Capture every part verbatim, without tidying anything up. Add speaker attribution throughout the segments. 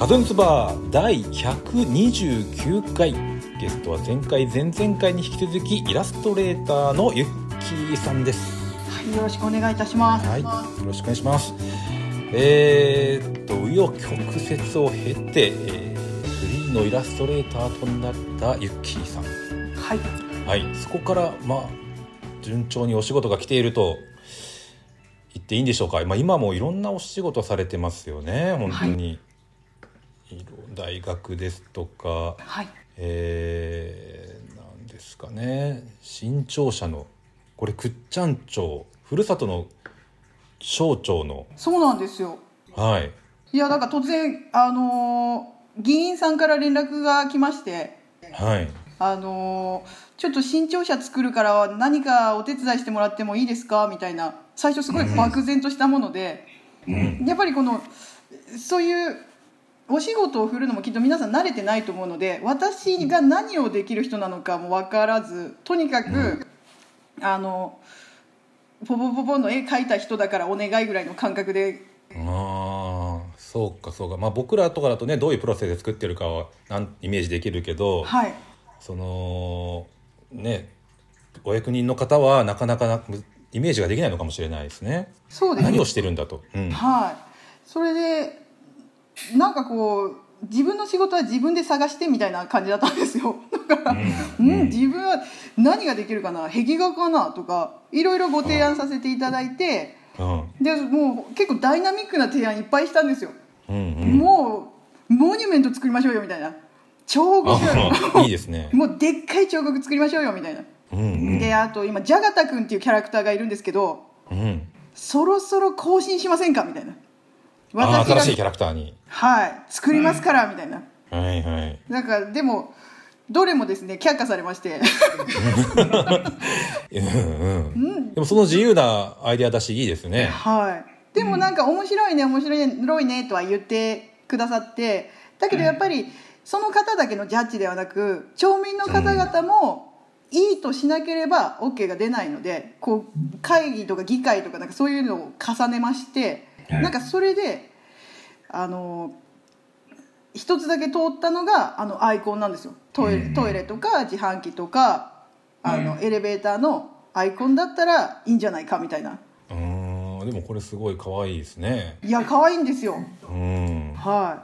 Speaker 1: ズンズバーだいひゃくにじゅうきゅうかい、ゲストは前回前々回に引き続きイラストレーターのゆっきーさんです。
Speaker 2: はい、よろしくお願いいたします。
Speaker 1: はい、よろしくお願いします。えー、っと紆余曲折を経て、えー、フリーのイラストレーターとなったゆっきーさん。
Speaker 2: はい、
Speaker 1: はい、そこからまあ順調にお仕事が来ていると言っていいんでしょうか。まあ、今もいろんなお仕事されてますよね、本当に。はい、大学ですとか、
Speaker 2: はい、
Speaker 1: えー、なんですかね、新庁舎のこれ倶知安町、ふるさとの省庁の。
Speaker 2: そうなんですよ。
Speaker 1: はい。
Speaker 2: いや、なんか突然あのー、議員さんから連絡が来まして、
Speaker 1: はい。
Speaker 2: あのー、ちょっと新庁舎作るから何かお手伝いしてもらってもいいですかみたいな、最初すごい漠然としたもので、うん、やっぱりこのそういうお仕事を振るのもきっと皆さん慣れてないと思うので、私が何をできる人なのかも分からず、とにかく、うん、あのポポポポの絵描いた人だからお願いぐらいの感覚で。
Speaker 1: ああ、そうかそうか。まあ、僕らとかだとね、どういうプロセスで作ってるかはなんイメージできるけど、
Speaker 2: はい、
Speaker 1: そのね、お役人の方はなかなかなイメージができないのかもしれないですね。
Speaker 2: そうです。
Speaker 1: 何をしてるんだと、うん、
Speaker 2: はい。それでなんかこう自分の仕事は自分で探してみたいな感じだったんですよ。だから、うんうん、自分は何ができるかな、壁画かなとかいろいろご提案させていただいて、うん、でもう結構ダイナミックな提案いっぱいしたんですよ。うんうん、もうモニュメント作りましょうよみたいな、彫刻
Speaker 1: いいですね。
Speaker 2: もうでっかい彫刻作りましょうよみたいな、うんうん、であと今ジャガタ君っていうキャラクターがいるんですけど、うん、そろそろ更新しませんかみたいな、
Speaker 1: 私が新しいキャラクターに、
Speaker 2: はい、作りますから、うん、みたいな、
Speaker 1: はいはい、
Speaker 2: なんかでもどれもですね却下されまして
Speaker 1: うん、うん、でもその自由なアイデア出しいいですね。
Speaker 2: はい、でもなんか面白いね面白いねとは言ってくださって、だけどやっぱりその方だけのジャッジではなく町民の方々もいいとしなければ OK が出ないので、こう会議とか議会とかなんかそういうのを重ねまして、なんかそれであの一つだけ通ったのがあのアイコンなんですよ。トイレ、トイレとか自販機とかあのエレベーターのアイコンだったらいいんじゃないかみたいな。
Speaker 1: うーん、でもこれすごい可愛いですね。
Speaker 2: いや可愛いんですよ。
Speaker 1: うん、
Speaker 2: はい。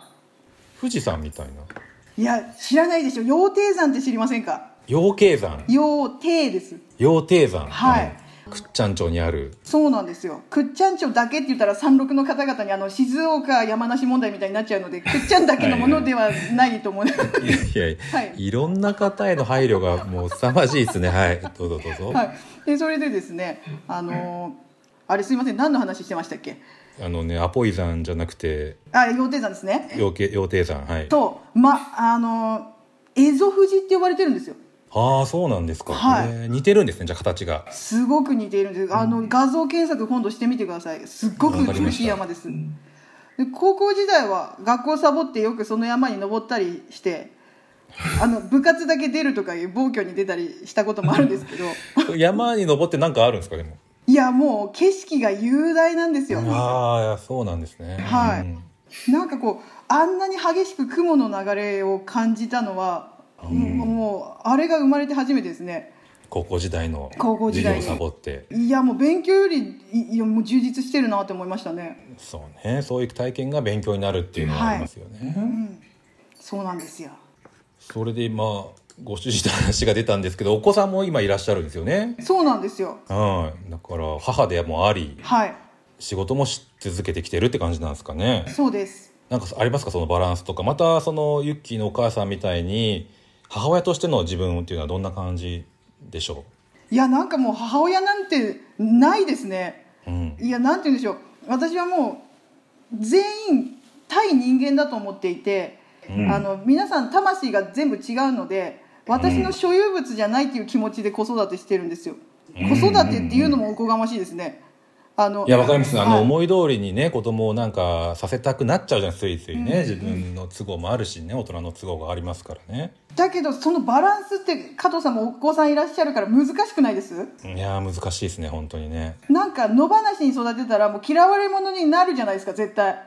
Speaker 1: 富士山みたいな。
Speaker 2: いや知らないでしょ。羊蹄山って知りませんか。
Speaker 1: 羊蹄山。
Speaker 2: 羊蹄です。
Speaker 1: 羊蹄山。
Speaker 2: はい。
Speaker 1: 倶知安町にある。そうなんです
Speaker 2: よ。倶知安町だけって言ったら山麓の方々にあの静岡山梨問題みたいになっちゃうので、倶知安だけのものではないと思う。いや
Speaker 1: いや、はい、いろんな方への配慮がもう凄まじいですね。はい、どうぞどうぞ。
Speaker 2: はい、でそれでですね、あのー、あれすいません、何の話してましたっけ。
Speaker 1: あのね、アポイ山じゃなくて、
Speaker 2: あ、羊蹄山ですね。
Speaker 1: 羊蹄山、はい。
Speaker 2: そうまあのー、蝦夷富士って呼ばれてるんですよ。
Speaker 1: ああ、そうなんですか。
Speaker 2: はい、
Speaker 1: えー、似てるんですね、じゃあ形が。
Speaker 2: すごく似ているんです。あの画像検索今度してみてください。すっごく美しい山です。で高校時代は学校サボってよくその山に登ったりしてあの部活だけ出るとかいう暴挙に出たりしたこともあるんですけど
Speaker 1: 山に登って何かあるんですか。でも
Speaker 2: いやもう景色が雄大なんですよ。
Speaker 1: ああ、そうなんですね。
Speaker 2: はい、うん、なんかこうあんなに激しく雲の流れを感じたのは、うん、もうあれが生まれて初めてですね。
Speaker 1: 高校時代の
Speaker 2: 高校時代
Speaker 1: 授業をサボって、
Speaker 2: いやもう勉強よりいやもう充実してるなと思いましたね。
Speaker 1: そうね、そういう体験が勉強になるっていうのはありますよね。はい、うん、
Speaker 2: そうなんですよ。
Speaker 1: それでまあご主人の話が出たんですけど、お子さんも今いらっしゃるんですよね。
Speaker 2: そうなんですよ。
Speaker 1: はい、だから母でもあり、はい、仕事もし続けてきてるって感じなんですかね。
Speaker 2: そうです。
Speaker 1: なんかありますか、そのバランスとか。またそのユッキーのお母さんみたいに母親としての自分っていうのはどんな感じでしょ
Speaker 2: う。いやなんかもう母親なんてないですね。うん、いやなんて言うんでしょう、私はもう全員対人間だと思っていて、うん、あの皆さん魂が全部違うので、私の所有物じゃないっていう気持ちで子育てしてるんですよ。うん、子育てっていうのもおこがましいですね。あの
Speaker 1: いやわかります。あの、はい、思い通りにね子供をなんかさせたくなっちゃうじゃん、ついついね、うん、自分の都合もあるしね、大人の都合がありますからね。
Speaker 2: だけどそのバランスって加藤さんもお子さんいらっしゃるから難しくないです？
Speaker 1: いや難しいですね、本当にね。
Speaker 2: なんか野放しに育てたらもう嫌われ者になるじゃないですか、絶対。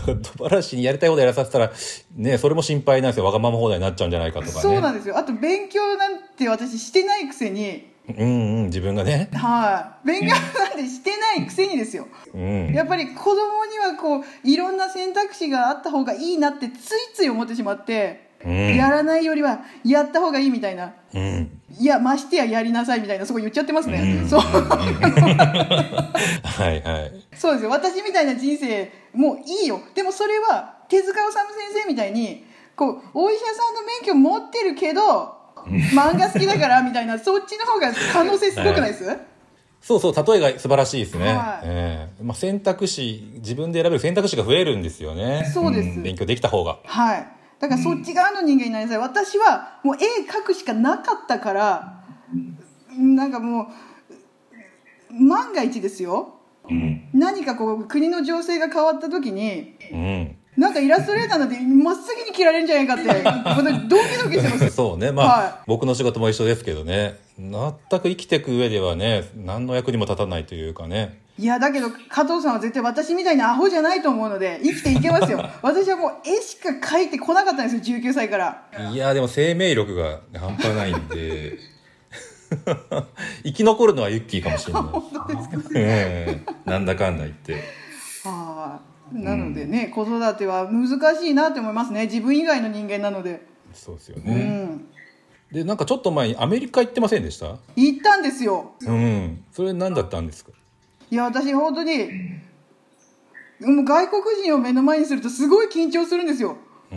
Speaker 1: 戸話にやりたいことやらさせたらね、それも心配なんですよ。わがまま放題になっちゃうんじゃないかとかね。
Speaker 2: そうなんですよ。あと勉強なんて私してないくせに、
Speaker 1: うんうん、自分がね、
Speaker 2: はい、勉強なんてしてないくせにですよ、
Speaker 1: うん、
Speaker 2: やっぱり子供にはこういろんな選択肢があった方がいいなってついつい思ってしまって、うん、やらないよりはやった方がいいみたいな、うん、いやましてややりなさいみたいな、そこ言っちゃってますね、うん、そうはいはいそうですよ。私みたいな人生もういいよ。でもそれは手塚治虫先生みたいにこうお医者さんの免許持ってるけど漫画好きだからみたいな、そっちの方が可能性すごくないです？はい、
Speaker 1: そうそう、例えが素晴らしいですね、はい、えーまあ、選択肢、自分で選べる選択肢が増えるんですよね。
Speaker 2: そうです、
Speaker 1: うん、勉強できた方が、
Speaker 2: はい、だからそっち側の人間になりなさい。私はもう絵描くしかなかったから、なんかもう万が一ですよ、うん、何かこう国の情勢が変わった時に、うん、なんかイラストレーターなんて真っ先に切られるんじゃないかってドキドキしてます
Speaker 1: そうね、まあ、はい、僕の仕事も一緒ですけどね、全く生きていく上ではね、何の役にも立たないというかね。
Speaker 2: いやだけど加藤さんは絶対私みたいなアホじゃないと思うので生きていけますよ私はもう絵しか描いてこなかったんですよ、じゅうきゅうさいから。
Speaker 1: いやでも生命力が半端ないんで生き残るのはユッキーかもしれない本当ですか、ね、なんだかんだ言って
Speaker 2: あなのでね、うん、子育ては難しいなって思いますね、自分以外の人間なので。
Speaker 1: そうですよね、うん、でなんかちょっと前にアメリカ行ってませんでした？
Speaker 2: 行ったんですよ。
Speaker 1: うん、それ何だったんですか？
Speaker 2: いや私本当にもう外国人を目の前にするとすごい緊張するんですよ、うん、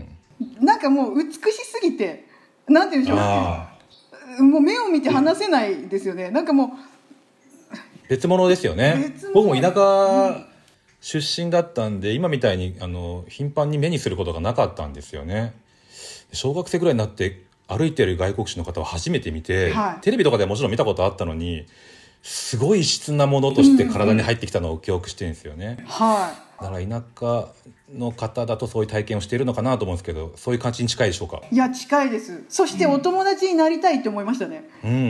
Speaker 2: なんかもう美しすぎてなんて言うんでしょう、もう目を見て話せないですよね。なんかもう
Speaker 1: 別物ですよね。僕も田舎出身だったんで、今みたいにあの頻繁に目にすることがなかったんですよね。小学生ぐらいになって歩いてる外国人の方を初めて見て、はい、テレビとかではもちろん見たことあったのに、すごい異質なものとして体に入ってきたのを記憶してるんですよね、うんうん、はい、だから田舎の方だとそういう体験をしているのかなと思うんですけど、そういう感じに近いでしょうか？
Speaker 2: いや近いです。そしてお友達になりたいって思いましたね、
Speaker 1: うんうん、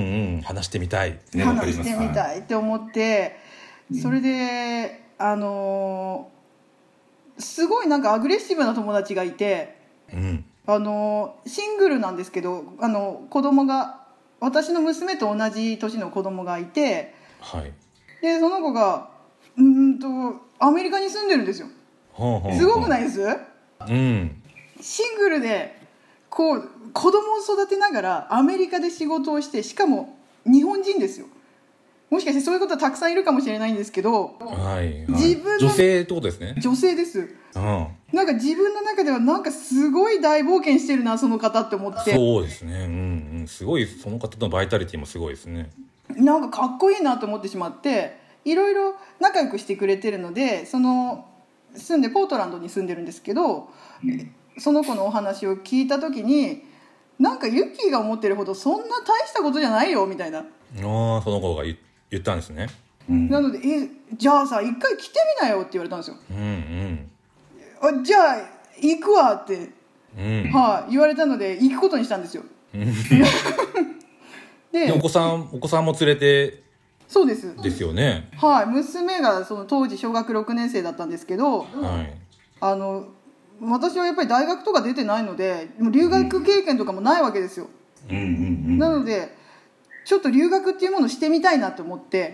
Speaker 1: 話してみたい、ね、
Speaker 2: 話してみたいって思って、それであのー、すごいなんかアグレッシブな友達がいて、うん、あのー、シングルなんですけど、あの子供が私の娘と同じ年の子供がいて、はい、でその子がうんとアメリカに住んでるんですよ。ほうほうほう、すごくないです？うん、シングルでこう子供を育てながらアメリカで仕事をして、しかも日本人ですよ。もしかしてそういうことはたくさんいるかもしれないんですけど、はいはい、自分の
Speaker 1: 女性ってことですね。
Speaker 2: 女性です、うん、なんか自分の中ではなんかすごい大冒険してるなその方って思って。
Speaker 1: そうですね、うんうん、すごい、その方のバイタリティもすごいですね。
Speaker 2: なんかかっこいいなと思ってしまって、いろいろ仲良くしてくれてるので、その住んでポートランドに住んでるんですけど、うん、その子のお話を聞いた時に、なんかユッキーが思ってるほどそんな大したことじゃないよみたいな、あ
Speaker 1: その子が言言ったんですね、
Speaker 2: うん、なのでえじゃあさ一回来てみなよって言われたんですよ、うんうん、あじゃあ行くわって、うんはい、言われたので行くことにしたんですよ
Speaker 1: で, でお子さんお子さんも連れて。
Speaker 2: そうです
Speaker 1: ですよね、
Speaker 2: はい、娘がその当時小学ろくねん生だったんですけど、はい、あの私はやっぱり大学とか出てないので留学経験とかもないわけですよ、うんうんうんうん、なのでちょっと留学っていうものをしてみたいなと思って、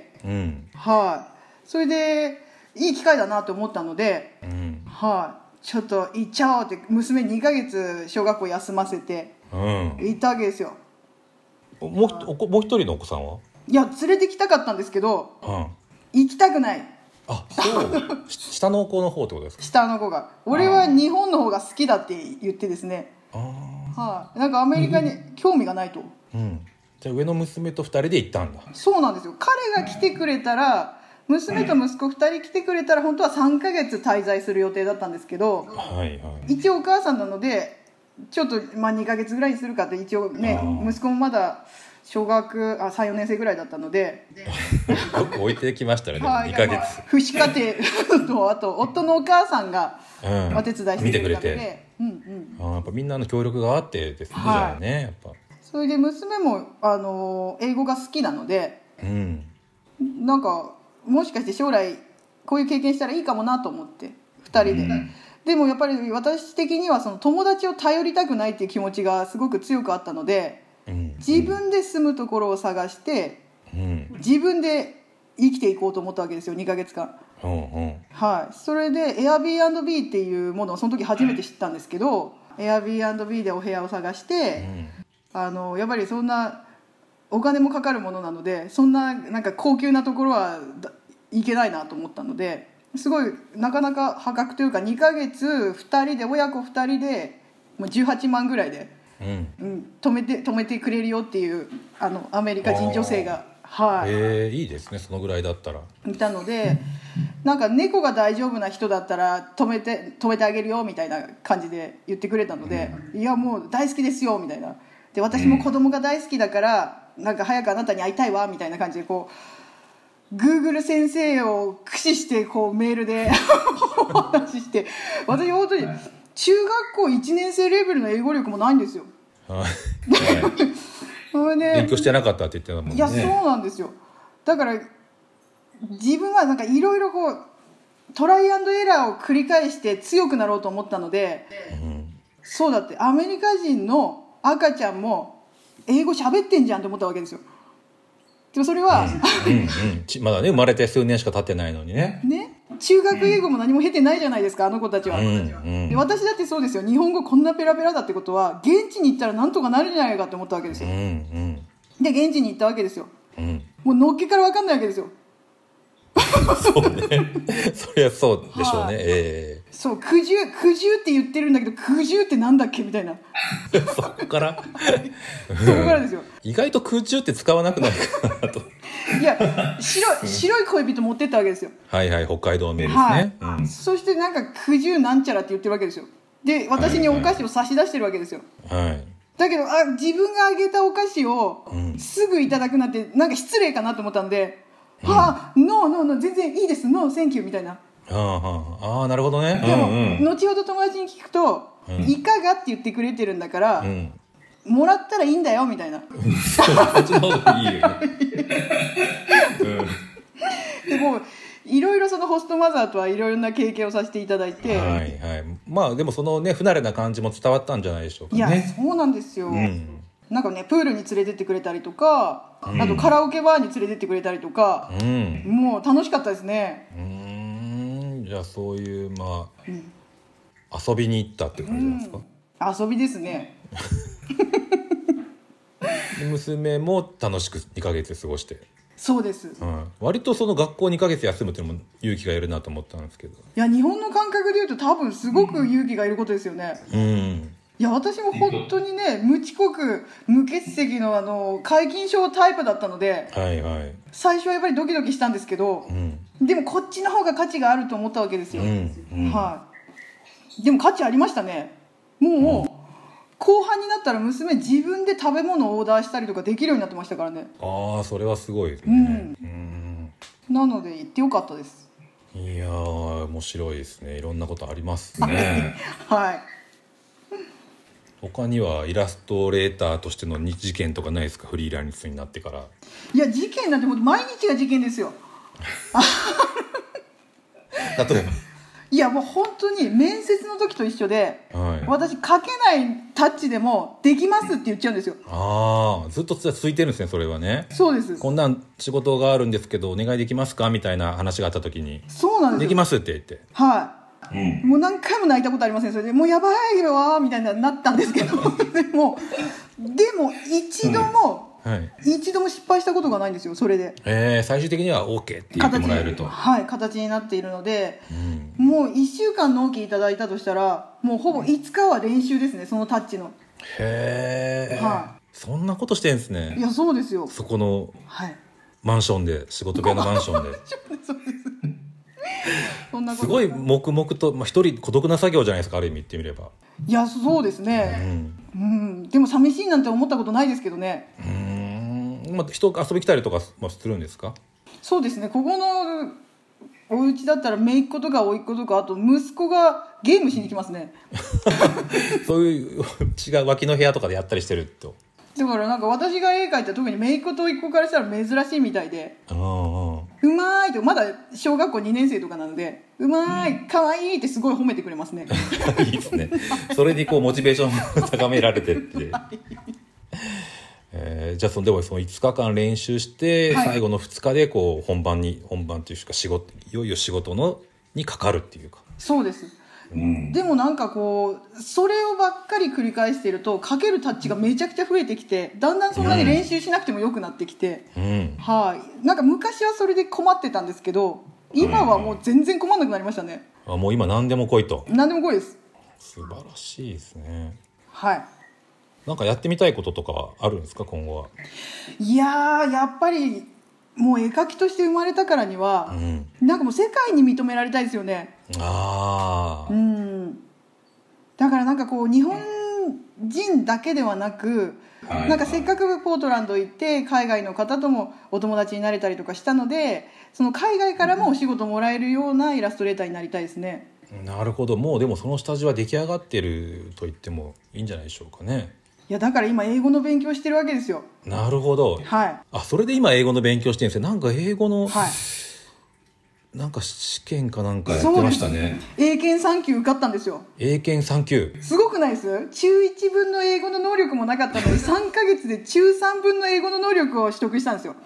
Speaker 2: うんはい、それでいい機会だなと思ったので、うんはい、ちょっと行っちゃおうって娘にかげつ小学校休ませて行ったわけですよ、
Speaker 1: うん、もうもう一人のお子さんは？
Speaker 2: いや連れてきたかったんですけど、うん、行きたくない。
Speaker 1: あそう下の子の方ってことですか？
Speaker 2: 下の子が俺は日本の方が好きだって言ってですね、あ、はい、なんかアメリカに興味がないと、うん、
Speaker 1: じゃあ上の娘とふたりで行ったんだ。
Speaker 2: そうなんですよ。彼が来てくれたら、娘と息子ふたり来てくれたら本当はさんかげつ滞在する予定だったんですけど、はいはい、一応お母さんなのでちょっと、まあ、にかげつぐらいにするかって一応ね、息子もまだ小学あさん、よねん生ぐらいだったので
Speaker 1: よく置いてきましたね、はい、にかげつ、まあ、
Speaker 2: 父子家庭とあと夫のお母さんがお手伝いしてくれたので、
Speaker 1: うん、見てくれて、うんうん、あやっぱみんなの協力があってですね、はい、じゃあねやっぱ
Speaker 2: それで娘もあの英語が好きなので、うん、なんかもしかして将来こういう経験したらいいかもなと思ってふたりで、
Speaker 1: うん、
Speaker 2: でもやっぱり私的にはその友達を頼りたくないっていう気持ちがすごく強くあったので、うん、自分で住むところを探して、うん、自分で生きていこうと思ったわけですよ、にかげつかん、うんうん、はい、それで Airbnb っていうものをその時初めて知ったんですけど、 Airbnb でお部屋を探して、うん、あのやっぱりそんなお金もかかるものなので、そんななんか高級なところはいけないなと思ったので、すごいなかなか破格というか、にかげつふたりで親子ふたりでもうじゅうはちまんぐらいで、うんうん、泊めて泊めてくれるよっていうあのアメリカ人女性が、はい、
Speaker 1: えー、いいですね、そのぐらいだったら
Speaker 2: いたので、なんか猫が大丈夫な人だったら泊めて泊めてあげるよみたいな感じで言ってくれたので、うん、いやもう大好きですよみたいな、で私も子供が大好きだから、うん、なんか早くあなたに会いたいわみたいな感じで、こう Google 先生を駆使してこうメールでお話しして、私本当に中学校いちねん生レベルの英語力もないんですよ。はい、それで
Speaker 1: 勉強してなかったって言ってたもんね。
Speaker 2: いやそうなんですよ。だから自分はなんかいろいろこうトライアンドエラーを繰り返して強くなろうと思ったので、うん、そうだってアメリカ人の赤ちゃんも英語喋ってんじゃんと思ったわけですよ。でもそれは、うんうんうん、
Speaker 1: まだね生まれて数年しか経ってないのにね。
Speaker 2: ね、中学英語も何も経てないじゃないですか、あの子たちは、うんうん、で私だってそうですよ。日本語こんなペラペラだってことは現地に行ったらなんとかなるんじゃないかって思ったわけですよ、うんうん、で現地に行ったわけですよ、うん、もうのっけから分かんないわけですよ
Speaker 1: そうねそりゃそうでしょうね、はあ、え
Speaker 2: ー、そう苦渋苦渋って言ってるんだけど苦渋ってなんだっけみたいな
Speaker 1: そこから
Speaker 2: そこからですよ。
Speaker 1: 意外と空中って使わなくないかなと
Speaker 2: いや 白, 白い恋人持ってったわけですよ。
Speaker 1: はいはい、北海道メールですね、
Speaker 2: はい、うん、そしてなんか苦渋なんちゃらって言ってるわけですよ。で私にお菓子を差し出してるわけですよ、はいはい、だけどあ自分があげたお菓子をすぐいただくなんてなんか失礼かなと思ったんで、うん、はあ、ノーノーノー全然いいです、ノーセンキューみたいな。
Speaker 1: ああ、あなるほどね。
Speaker 2: でも、
Speaker 1: うんうん、
Speaker 2: 後ほど友達に聞くと、うん、いかがって言ってくれてるんだから、うん、もらったらいいんだよみたいなそっちの方がいいよね、うん、でもいろいろそのホストマザーとはいろいろな経験をさせていただいて、はいはい、
Speaker 1: まあでもそのね不慣れな感じも伝わったんじゃないでしょうかね。
Speaker 2: いやそうなんですよ、うん、なんかねプールに連れてってくれたりとか、うん、あとカラオケバーに連れてってくれたりとか、うん、もう楽しかったですね。
Speaker 1: うーん、じゃあそういうまあ、うん、遊びに行ったって感じなんですか、
Speaker 2: うん、遊びですね
Speaker 1: 娘も楽しくにかげつ過ごして。
Speaker 2: そうです、
Speaker 1: うん、割とその学校にかげつ休むっていうのも勇気がいるなと思ったんですけど。い
Speaker 2: や日本の感覚でいうと多分すごく勇気がいることですよね、うん、いや私も本当にね無遅刻無欠席 の, あの皆勤賞タイプだったので、はいはい、最初はやっぱりドキドキしたんですけど、うん、でもこっちの方が価値があると思ったわけですよ、うんうん、はい、でも価値ありましたね。もう、うん、後半になったら娘自分で食べ物をオーダーしたりとかできるようになってましたからね。
Speaker 1: ああそれはすごいですね、うん
Speaker 2: うん、なので行ってよかったです。
Speaker 1: いやー面白いですね。いろんなことありますね
Speaker 2: はい
Speaker 1: 他にはイラストレーターとしての事件とかないですか、フリーランスになってから。
Speaker 2: いや事件なんてもう毎日が事件ですよ
Speaker 1: 例えば
Speaker 2: いやもう本当に面接の時と一緒で、はい、私書けないタッチでもできますって言っちゃうんですよ。
Speaker 1: ああずっと続いてるんですねそれはね。
Speaker 2: そうです。
Speaker 1: こんなん仕事があるんですけどお願いできますかみたいな話があった時に
Speaker 2: そうなんですよ。
Speaker 1: できますって言って
Speaker 2: はい、うん、もう何回も泣いたことありませんそれでもうやばいよみたいになったんですけどでもでも一度も、うんはい、一度も失敗したことがないんですよそれで、
Speaker 1: えー、最終的には OK って言ってもらえると
Speaker 2: はい形になっているので、うん、もういっしゅうかん納期いただいたとしたらもうほぼいつかは練習ですねそのタッチの。
Speaker 1: へえ、はい、そんなことしてんですね。
Speaker 2: いやそうですよ。
Speaker 1: そこのマンションで仕事部屋のマンションでそうですそんなことすごい黙々と、まあ、一人孤独な作業じゃないですかある意味言ってみれば。
Speaker 2: いやそうですね、うんうん、でも寂しいなんて思ったことないですけどね。う
Speaker 1: ーん、まあ、人遊び来たりとかもするんですか。そう
Speaker 2: ですねここのお家だったら姪っ子とか甥っ子とかあと息子がゲームしに来ますね
Speaker 1: そういう違う脇の部屋とかでやったりしてると。
Speaker 2: だからなんか私が絵描いたら特に姪っ子と甥っ子からしたら珍しいみたいで、ああうまーいと、まだ小学校にねん生とかなので、うまーい、かわいいってすごい褒めてくれますね。
Speaker 1: いいですね。それにこうモチベーションも高められてって、えー、じゃあそのでもそのいつかかん練習して、はい、最後のふつかでこう本番に本番というか仕事いよいよ仕事のにかかるっていうか。
Speaker 2: そうです、うん、でもなんかこうそれをばっかり繰り返しているとかけるタッチがめちゃくちゃ増えてきて、だんだんそんなに練習しなくてもよくなってきて、うん、はい、なんか昔はそれで困ってたんですけど、今はもう全然困らなくなりましたね、
Speaker 1: うん、あもう今何でも来いと。
Speaker 2: 何でも来いです。
Speaker 1: 素晴らしいですね。
Speaker 2: はい。
Speaker 1: なんかやってみたいこととかはあるんですか今後は。
Speaker 2: いやーやっぱりもう絵描きとして生まれたからには、うん、なんかもう世界に認められたいですよね。ああ、うん、だからなんかこう日本人だけではなく、はい、なんかせっかくポートランド行って海外の方ともお友達になれたりとかしたので、その海外からもお仕事もらえるようなイラストレーターになりたいですね。
Speaker 1: なるほど。もうでもその下地は出来上がってると言ってもいいんじゃないでしょうかね。
Speaker 2: いやだから今英語の勉強してるわけですよ。
Speaker 1: なるほど、はい、あそれで今英語の勉強してるんですよ。なんか英語の、はい、なんか試験かなんかやってましたね。
Speaker 2: 英検さん級受かったんですよ。
Speaker 1: 英検さん級
Speaker 2: すごくないです？中いちぶんの英語の能力もなかったのにさんかげつで中さんぶんの英語の能力を取得したんですよ。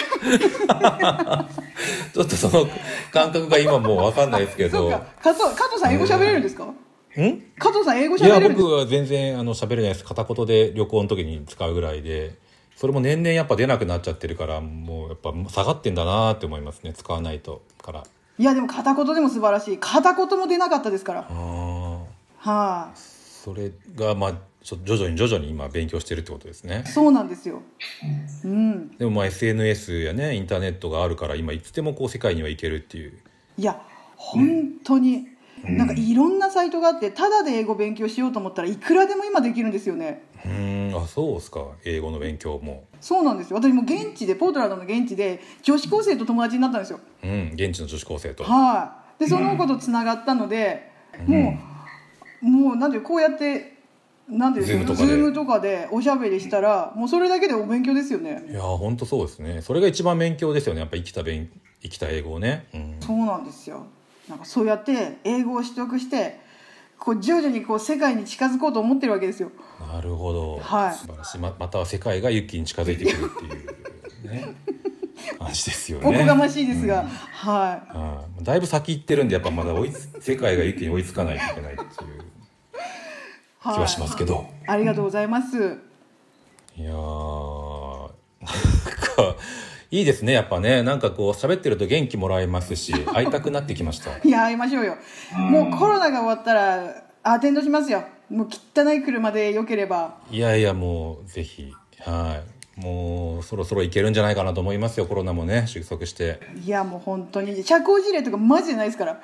Speaker 1: ちょっとその感覚が今もう分かんないですけど。そうか、
Speaker 2: 加藤、加藤さん英語喋れるんですか？
Speaker 1: ん
Speaker 2: 加藤さん英語喋れるんですか？
Speaker 1: いや僕は全然あの喋れないです。片言で旅行の時に使うぐらいで、それも年々やっぱ出なくなっちゃってるから、もうやっぱ下がってんだなって思いますね、使わないとから。
Speaker 2: いやでも片言でも素晴らしい。片言も出なかったですから。あはい、
Speaker 1: あ、それがまあ徐々に徐々に今勉強してるってことですね。
Speaker 2: そうなんですよ、うん、
Speaker 1: でもまあ エスエヌエス やねインターネットがあるから今いつでもこう世界には行けるっていう。
Speaker 2: いや本当に、うん、なんかいろんなサイトがあって、ただで英語勉強しようと思ったらいくらでも今できるんですよね。
Speaker 1: うーん、あそうですか。英語の勉強も
Speaker 2: そうなんですよ。私も現地でポートランドの現地で女子高生と友達になったんですよ。
Speaker 1: うん、現地の女子高生と。
Speaker 2: はい、でその子とつながったので、うん、もうもうなんていうこうやってなんていうズームとかで、ズームとかでおしゃべりしたらもうそれだけでお勉強ですよね。
Speaker 1: いや本当そうですね。それが一番勉強ですよね。やっぱ生きた勉生きた英語をね、うん、
Speaker 2: そうなんですよ。なんかそうやって英語を取得してこう徐々にこう世界に近づこうと思ってるわけですよ。
Speaker 1: なるほど、
Speaker 2: はい、
Speaker 1: 素晴らしい。 ま, または世界がユッキーに近づいてくるっていうね感じですよね。
Speaker 2: おこがましいですが、うん、はい、
Speaker 1: あだいぶ先行ってるんでやっぱまだ追い世界がユッキーに追いつかないといけないっていう気はしますけど、はい、
Speaker 2: ありがとうございます。
Speaker 1: いやーなんかいいですね。やっぱね、なんかこう喋ってると元気もらえますし会いたくなってきました。
Speaker 2: いや会いましょうよ。もうコロナが終わったらアテンドしますよ。もう汚い車でよければ。
Speaker 1: いやいやもうぜひ、はい、もうそろそろいけるんじゃないかなと思いますよ。コロナもね収束して。
Speaker 2: いやもう本当に社交辞令とかマジでないですから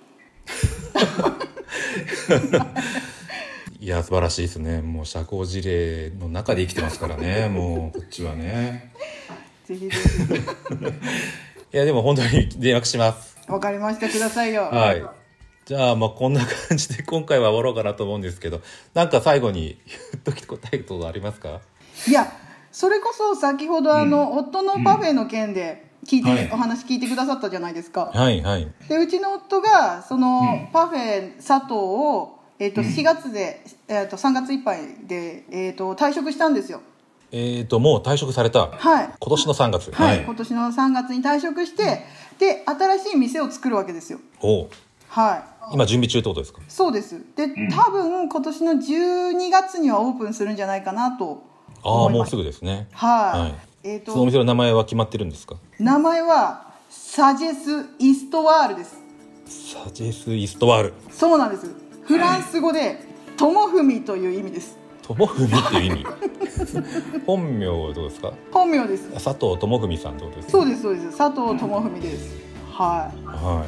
Speaker 1: いや素晴らしいですね。もう社交辞令の中で生きてますからねもうこっちはね
Speaker 2: ぜひぜひい
Speaker 1: やでも本当に連絡します。
Speaker 2: わかりました、くださいよ。
Speaker 1: はい、じゃあまあこんな感じで今回は終わろうかなと思うんですけど、なんか最後に言っときたいことありますか？
Speaker 2: いやそれこそ先ほどあの、うん、夫のパフェの件で聞いて、うん、お話聞いてくださったじゃないですか。
Speaker 1: はいはい。
Speaker 2: でうちの夫がその、うん、パフェ佐藤を、えー、としがつで、うんえー、とさんがついっぱいで、えー、と退職したんですよ。
Speaker 1: えーともう退職された、はい、今年のさんがつ、
Speaker 2: はいはい、今年のさんがつに退職して、で新しい店を作るわけですよ。
Speaker 1: お、はい、今準備中ってことですか？
Speaker 2: そうです。で、うん、多分今年のじゅうにがつにはオープンするんじゃないかなと思います。
Speaker 1: ああもうすぐですね。
Speaker 2: はい、
Speaker 1: はい、えーとそのお店の名前は決まってるんですか？
Speaker 2: 名前はサジェス・イストワールです。
Speaker 1: サジェス・イストワール。
Speaker 2: そうなんです。フランス語で友文という意味です。
Speaker 1: 友文っていう意味本名はどうですか？
Speaker 2: 本名です。
Speaker 1: 佐藤友文さんってことですか？
Speaker 2: そうですそうです。佐藤友文です、はい、はい、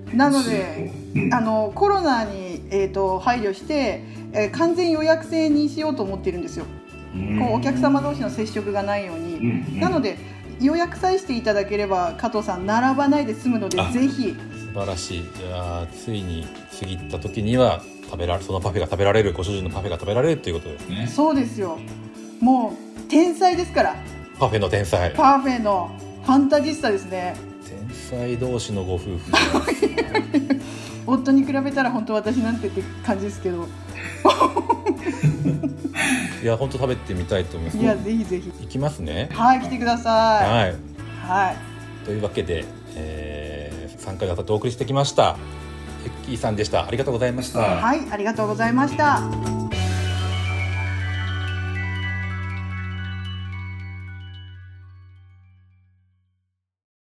Speaker 2: なのであのコロナに、えーと、配慮して、えー、完全予約制にしようと思っているんですよ。こうお客様同士の接触がないように。なので予約さえしていただければ加藤さん並ばないで済むので、ぜひ。
Speaker 1: 素晴らしい。じゃあついに過ぎた時には食べられそのパフェが食べられる、ご主人のパフェが食べられるということですね。
Speaker 2: そうですよ。もう天才ですから。
Speaker 1: パフェの天才。
Speaker 2: パフェのファンタジスタですね。
Speaker 1: 天才同士のご夫婦
Speaker 2: 夫に比べたら本当私なんてって感じですけど
Speaker 1: いや本当食べてみたいと思います。
Speaker 2: いやぜひぜひ
Speaker 1: 行きますね。
Speaker 2: はい来てください。
Speaker 1: はい、
Speaker 2: はい、
Speaker 1: というわけで、えー、さんかいにわたってお送りしてきましたエッキーさんでした。ありがとうございました。
Speaker 2: はい、ありがとうございました。